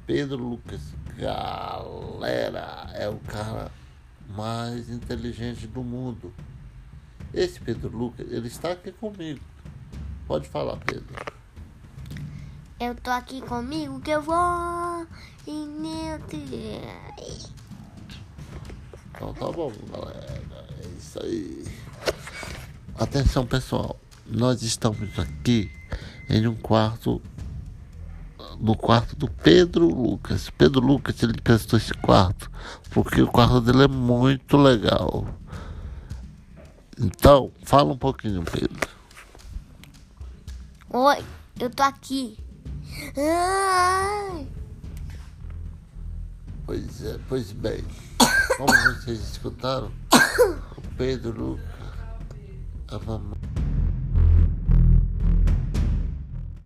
Pedro Lucas, galera, é o cara mais inteligente do mundo. Esse Pedro Lucas, ele está aqui comigo. Pode falar, Pedro. Eu tô aqui comigo que eu vou Então tá bom, galera. É isso aí. Atenção, pessoal. Nós estamos aqui em um quarto, no quarto do Pedro Lucas. Pedro Lucas, ele prestou esse quarto porque o quarto dele é muito legal. Então, fala um pouquinho, Pedro. Oi, eu tô aqui. Ai. Pois bem, como vocês escutaram, o Pedro Lucas, a mamãe